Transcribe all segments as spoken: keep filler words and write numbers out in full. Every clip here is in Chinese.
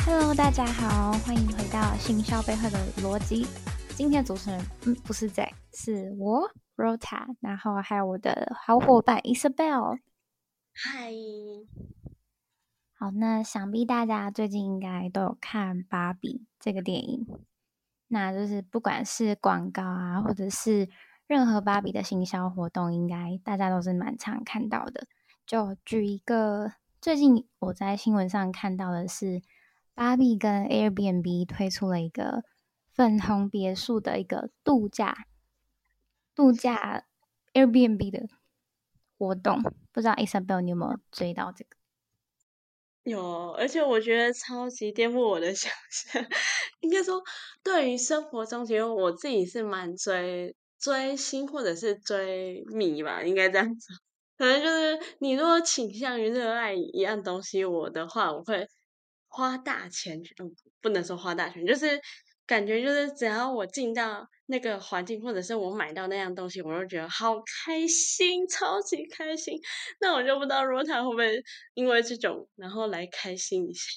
Hello， 大家好，欢迎回到行销背后的逻辑。今天的主持人，嗯，不是 Zack，是我 Rota，然后还有我的好伙伴 Isabel。 嗨， 好，那想必大家最近应该都有看《芭比》这个电影，那就是不管是广告啊，或者是任何芭比的行销活动，应该大家都是蛮常看到的。就举一个，最近我在新闻上看到的是，芭比跟 Airbnb 推出了一个粉红别墅的一个度假度假 Airbnb 的活动，不知道 Isabel 你有没有追到这个？ 有，而且我觉得超级颠覆我的想象。应该说，对于生活中，其实我自己是蛮追追星或者是追迷吧，应该这样子。可能就是你如果倾向于热爱一样东西，我的话，我会花大钱去，嗯，不能说花大钱，就是感觉就是只要我进到那个环境，或者是我买到那样东西，我就觉得好开心，超级开心。那我就不知道 Rota 会不会因为这种，然后来开心一下。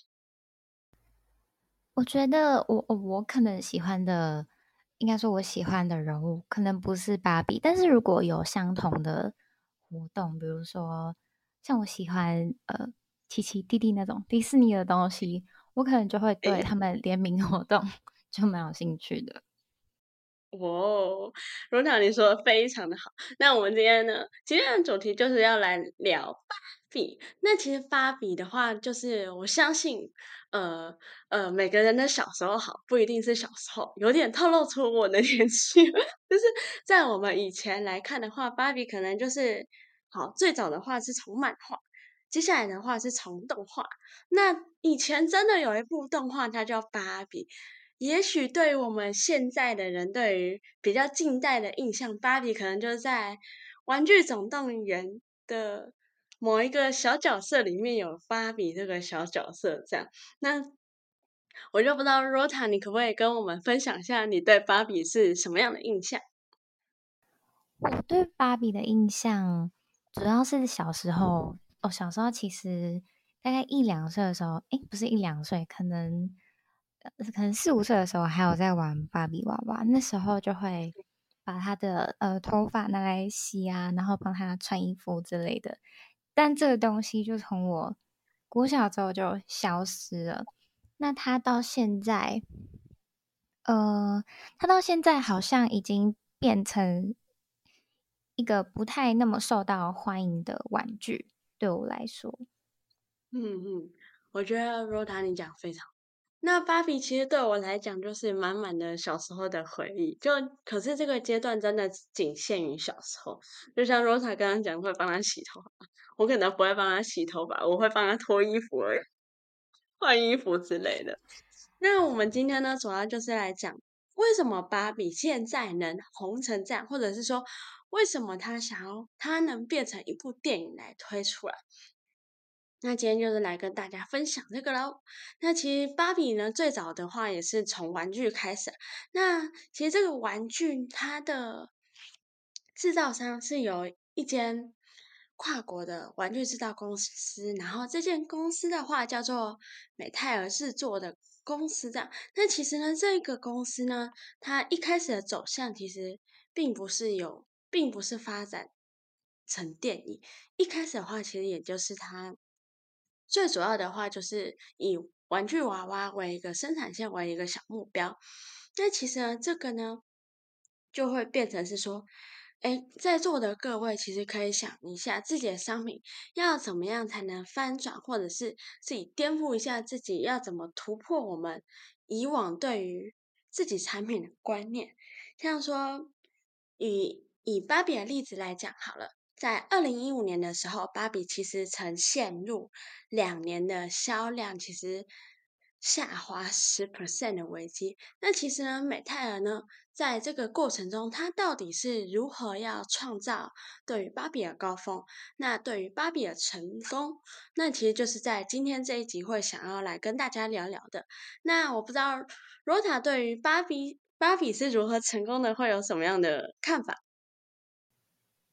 我觉得我我可能喜欢的，应该说我喜欢的人物可能不是芭比，但是如果有相同的活动，比如说像我喜欢呃奇奇弟弟那种迪士尼的东西，我可能就会对诶， 他们联名活动就蛮有兴趣的。 哦 r o t a 你说的非常的好。那我们今天呢，今天的主题就是要来聊芭比。那其实芭比的话，就是我相信，呃呃，每个人的小时候好，不一定是小时候，有点透露出我的年纪。就是在我们以前来看的话，芭比可能就是好，最早的话是从漫画，接下来的话是从动画。那以前真的有一部动画，它叫《芭比》。也许对于我们现在的人，对于比较近代的印象，芭比可能就是在《玩具总动员》的某一个小角色里面有芭比这个小角色，这样。那我就不知道 Rota，你可不可以跟我们分享一下你对芭比是什么样的印象？ 我对芭比的印象主要是小时候，哦，小时候其实大概一两岁的时候，诶，不是一两岁，可能呃可能四五岁的时候，还有在玩芭比娃娃，那时候就会把她的呃头发拿来洗啊，然后帮她穿衣服之类的。但这个东西就从我国小之后就消失了。那她到现在，呃，它到现在好像已经变成一个不太那么受到欢迎的玩具，对我来说。 嗯嗯，我觉得 Rota 你讲非常好。那芭比其实对我来讲就是满满的小时候的回忆，就可是这个阶段真的仅限于小时候。就像 Rota 刚刚讲会帮他洗头发，我可能不会帮他洗头发，我会帮他脱衣服而已，换衣服之类的。那我们今天呢，主要就是来讲为什么芭比现在能红成这样，或者是说为什么他想要他能变成一部电影来推出来。那今天就是来跟大家分享这个喽。那其实芭比呢，最早的话也是从玩具开始。那其实这个玩具它的制造商是有一间跨国的玩具制造公司，然后这间公司的话叫做美泰尔制作的公司这样。那其实呢，这个公司呢，它一开始的走向其实并不是有，并不是发展成电影。一开始的话，其实也就是它最主要的话，就是以玩具娃娃为一个生产线为一个小目标。那其实呢，这个呢，就会变成是说，哎，在座的各位其实可以想一下，自己的商品要怎么样才能翻转，或者是自己颠覆一下自己，要怎么突破我们以往对于自己产品的观念。像说，以以芭比的例子来讲好了。在二零一五年的时候，芭比其实曾陷入两年的销量其实下滑十 percent 的危机。那其实呢，美泰尔呢，在这个过程中，它到底是如何要创造对于芭比的高峰？那对于芭比的成功，那其实就是在今天这一集会想要来跟大家聊聊的。那我不知道 Rota 对于芭比芭比是如何成功的，会有什么样的看法？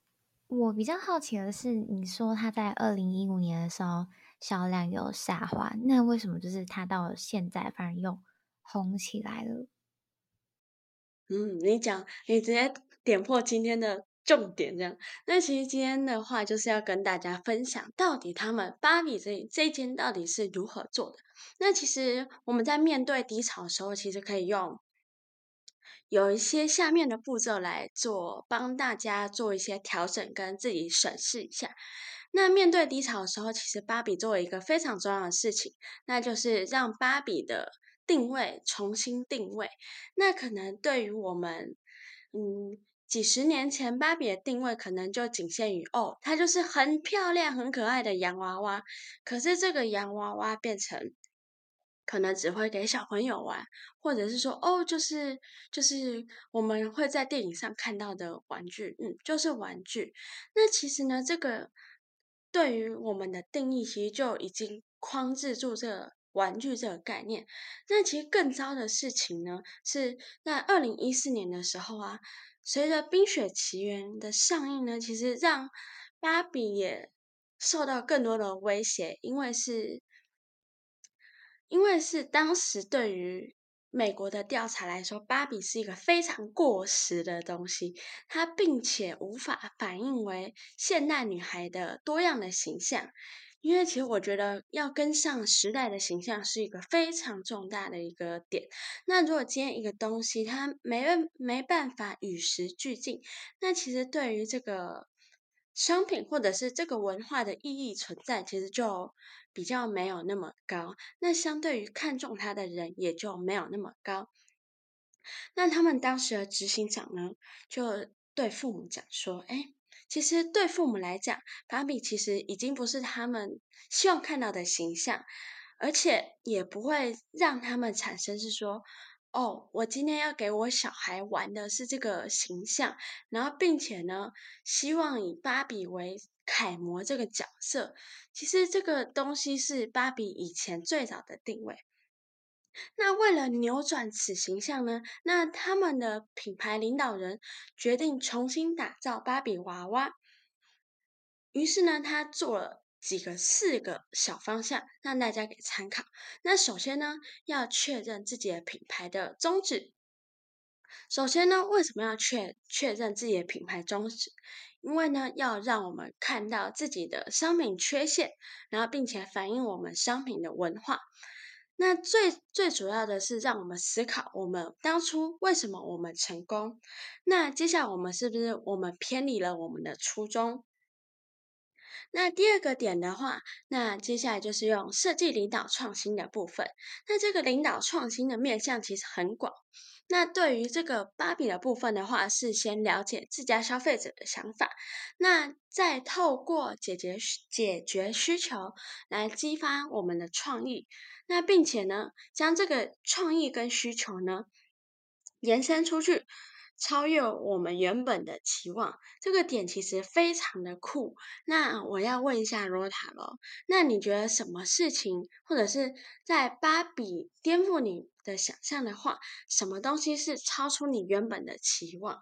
我比较好奇的是，你说它在二零一五年的时候销量有下滑，那为什么就是它到现在反而又红起来了？ 嗯，你讲，你直接点破今天的重点，这样。那其实今天的话，就是要跟大家分享，到底他们芭比这这一间到底是如何做的。那其实我们在面对低潮的时候，其实可以用有一些下面的步骤来做，帮大家做一些调整，跟自己审视一下。那面对低潮的时候，其实芭比做了一个非常重要的事情，那就是让芭比的定位重新定位。那可能对于我们，嗯，几十年前芭比的定位可能就仅限于哦，它就是很漂亮、很可爱的洋娃娃。可是这个洋娃娃变成可能只会给小朋友玩，或者是说哦，就是就是我们会在电影上看到的玩具，嗯，就是玩具。那其实呢，这个对于我们的定义，其实就已经框制住这个玩具这个概念。那其实更糟的事情呢，是在二零一四年的时候啊，随着《冰雪奇缘》的上映呢，其实让芭比也受到更多的威胁，因为是因为是当时对于美国的调查来说，芭比是一个非常过时的东西，它并且无法反映为现代女孩的多样的形象。因为其实我觉得要跟上时代的形象是一个非常重大的一个点。那如果今天一个东西它没办没办法与时俱进，那其实对于这个商品或者是这个文化的意义存在，其实就比较没有那么高。那相对于看中它的人也就没有那么高。那他们当时的执行长呢，就对父母讲说：“哎，其实对父母来讲，芭比其实已经不是他们希望看到的形象，而且也不会让他们产生是说，哦，我今天要给我小孩玩的是这个形象，然后并且呢，希望以芭比为楷模这个角色。其实这个东西是芭比以前最早的定位。”那为了扭转此形象呢，那他们的品牌领导人决定重新打造芭比娃娃。于是呢，他做了几个四个小方向，让大家给参考。那首先呢，要确认自己的品牌的宗旨。首先呢，为什么要确确认自己的品牌宗旨？因为呢，要让我们看到自己的商品缺陷，然后并且反映我们商品的文化。那最最主要的是让我们思考，我们当初为什么我们成功？那接下来我们是不是我们偏离了我们的初衷？那第二个点的话，那接下来就是用设计领导创新的部分。那这个领导创新的面向其实很广。那对于这个芭比的部分的话，是先了解自家消费者的想法，那再透过解决需解决需求来激发我们的创意。那并且呢，将这个创意跟需求呢延伸出去，超越我们原本的期望。这个点其实非常的酷。那我要问一下罗塔咯，那你觉得什么事情，或者是在芭比颠覆你的想象的话，什么东西是超出你原本的期望？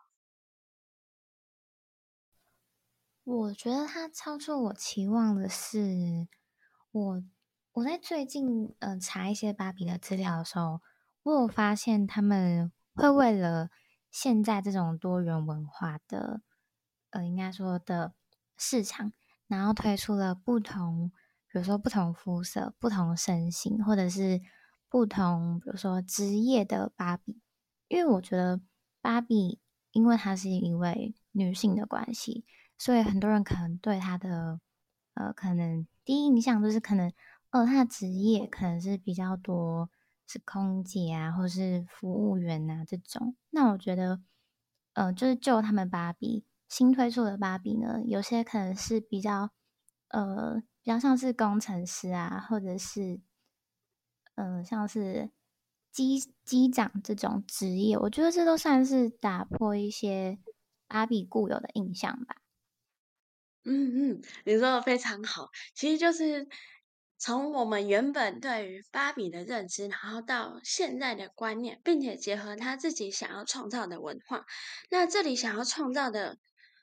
我觉得它超出我期望的是，我我在最近呃查一些芭比的资料的时候，我有发现他们会为了现在这种多元文化的呃应该说的市场，然后推出了不同，比如说不同肤色、不同身形，或者是不同比如说职业的芭比，因为我觉得芭比因为她是一位女性的关系。所以很多人可能对他的呃，可能第一印象就是可能，哦，他的职业可能是比较多是空姐啊，或是服务员啊这种。那我觉得，呃，就是就他们芭比新推出的芭比呢，有些可能是比较呃，比较像是工程师啊，或者是嗯、呃，像是机机长这种职业，我觉得这都算是打破一些芭比固有的印象吧。 嗯嗯，你说的非常好，其实就是从我们原本对于芭比的认知，然后到现在的观念，并且结合他自己想要创造的文化。那这里想要创造的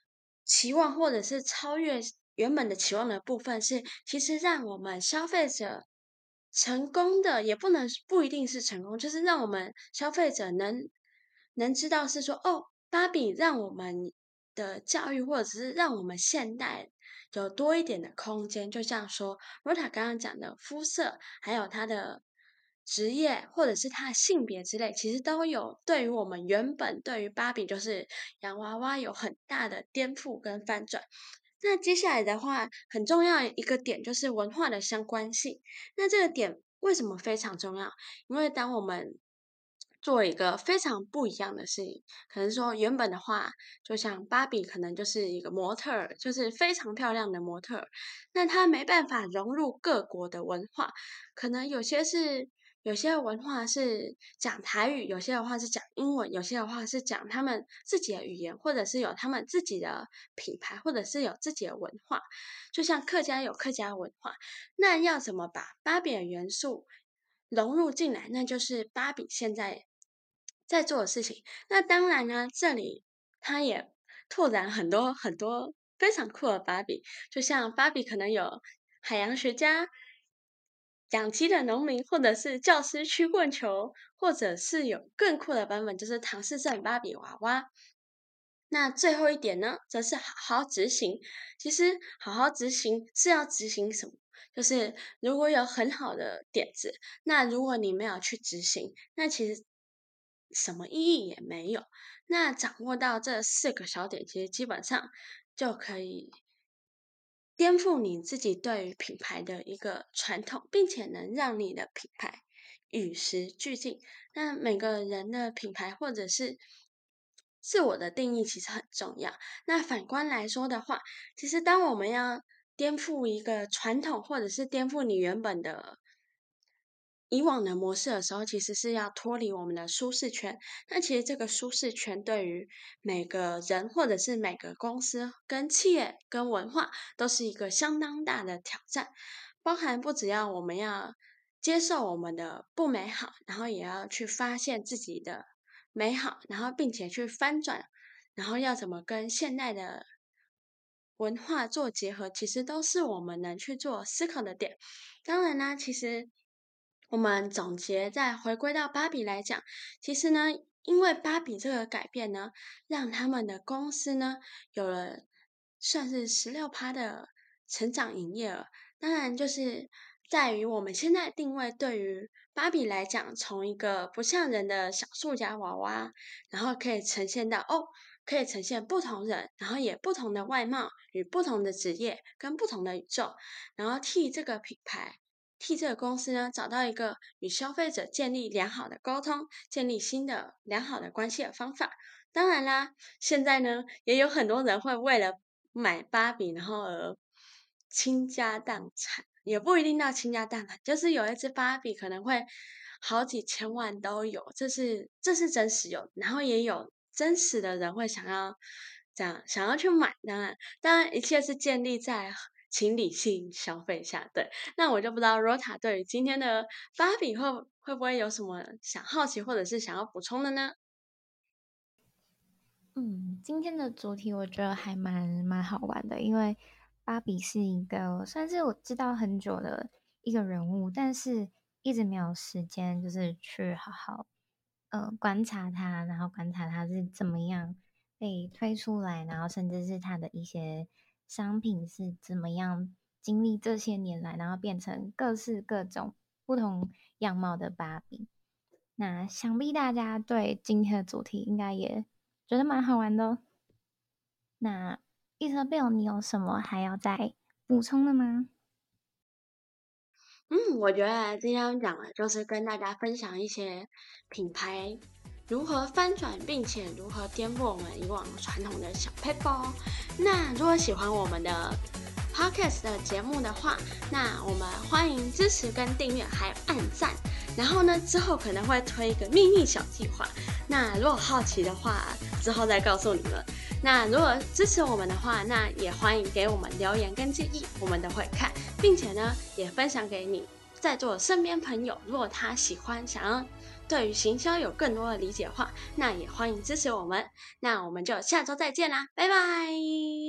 期望或者是超越原本的期望的部分是，其实让我们消费者成功的，也不能不一定是成功，就是让我们消费者能能知道是说，哦，芭比让我们的教育或者是让我们现代有多一点的空间，就像说 Rota 刚刚讲的肤色，还有他的职业或者是他的性别之类，其实都有对于我们原本对于芭比就是洋娃娃有很大的颠覆跟翻转。那接下来的话，很重要的一个点就是文化的相关性。那这个点为什么非常重要？因为当我们做一个非常不一样的事情，可能说原本的话，就像芭比可能就是一个模特儿，就是非常漂亮的模特儿，那她没办法融入各国的文化，可能有些是有些文化是讲台语，有些的话是讲英文，有些的话是讲他们自己的语言，或者是有他们自己的品牌，或者是有自己的文化。就像客家有客家文化，那要怎么把芭比的元素融入进来？那就是芭比现在在做的事情。那当然呢，这里它也拓展很多很多非常酷的芭比，就像芭比可能有海洋学家、养鸡的农民，或者是教师曲棍球，或者是有更酷的版本，就是唐氏症芭比娃娃。那最后一点呢，则是好好执行。其实好好执行是要执行什么？就是如果有很好的点子，那如果你没有去执行，那其实什么意义也没有。那掌握到这四个小点，其实基本上就可以颠覆你自己对于品牌的一个传统，并且能让你的品牌与时俱进。那每个人的品牌或者是自我的定义其实很重要。那反观来说的话，其实当我们要颠覆一个传统，或者是颠覆你原本的以往的模式的时候，其实是要脱离我们的舒适圈。那其实这个舒适圈对于每个人，或者是每个公司、跟企业、跟文化，都是一个相当大的挑战。包含不只要我们要接受我们的不美好，然后也要去发现自己的美好，然后并且去翻转，然后要怎么跟现代的文化做结合，其实都是我们能去做思考的点。当然啦，其实我们总结再回归到芭比来讲，其实呢，因为芭比这个改变呢，让他们的公司呢有了算是十六趴的成长营业额。当然，就是在于我们现在定位对于芭比来讲，从一个不像人的小塑胶娃娃，然后可以呈现到哦。可以呈现不同人，然后也不同的外貌与不同的职业跟不同的宇宙，然后替这个品牌、替这个公司呢找到一个与消费者建立良好的沟通、建立新的良好的关系的方法。当然啦，现在呢也有很多人会为了买芭比，然后而倾家荡产，也不一定到倾家荡产，就是有一只芭比可能会好几千万都有，这是这是真实有，然后也有真实的人会想要这样想要去买，当然当然一切是建立在请理性消费下。对，那我就不知道 Rota 对于今天的芭比会会不会有什么想好奇或者是想要补充的呢？ 嗯，今天的主题我觉得还蛮蛮好玩的，因为芭比是一个算是我知道很久的一个人物，但是一直没有时间就是去好好呃观察他，然后观察他是怎么样被推出来，然后甚至是他的一些商品是怎么样经历这些年来，然后变成各式各种不同样貌的芭比。那想必大家对今天的主题应该也觉得蛮好玩的哦。那伊泽贝尔，你有什么还要再补充的吗？ 嗯，我觉得今天讲的就是跟大家分享一些品牌如何翻转，并且如何颠覆我们以往传统的小 paper。那如果喜欢我们的 podcast 的节目的话，那我们欢迎支持跟订阅，还有按赞。然后呢，之后可能会推一个秘密小计划。那如果好奇的话，之后再告诉你们。那如果支持我们的话，那也欢迎给我们留言跟建议，我们都会看，并且呢，也分享给你在座身边朋友。如果他喜欢，想要对于行销有更多的理解的话，那也欢迎支持我们。那我们就下周再见啦，拜拜。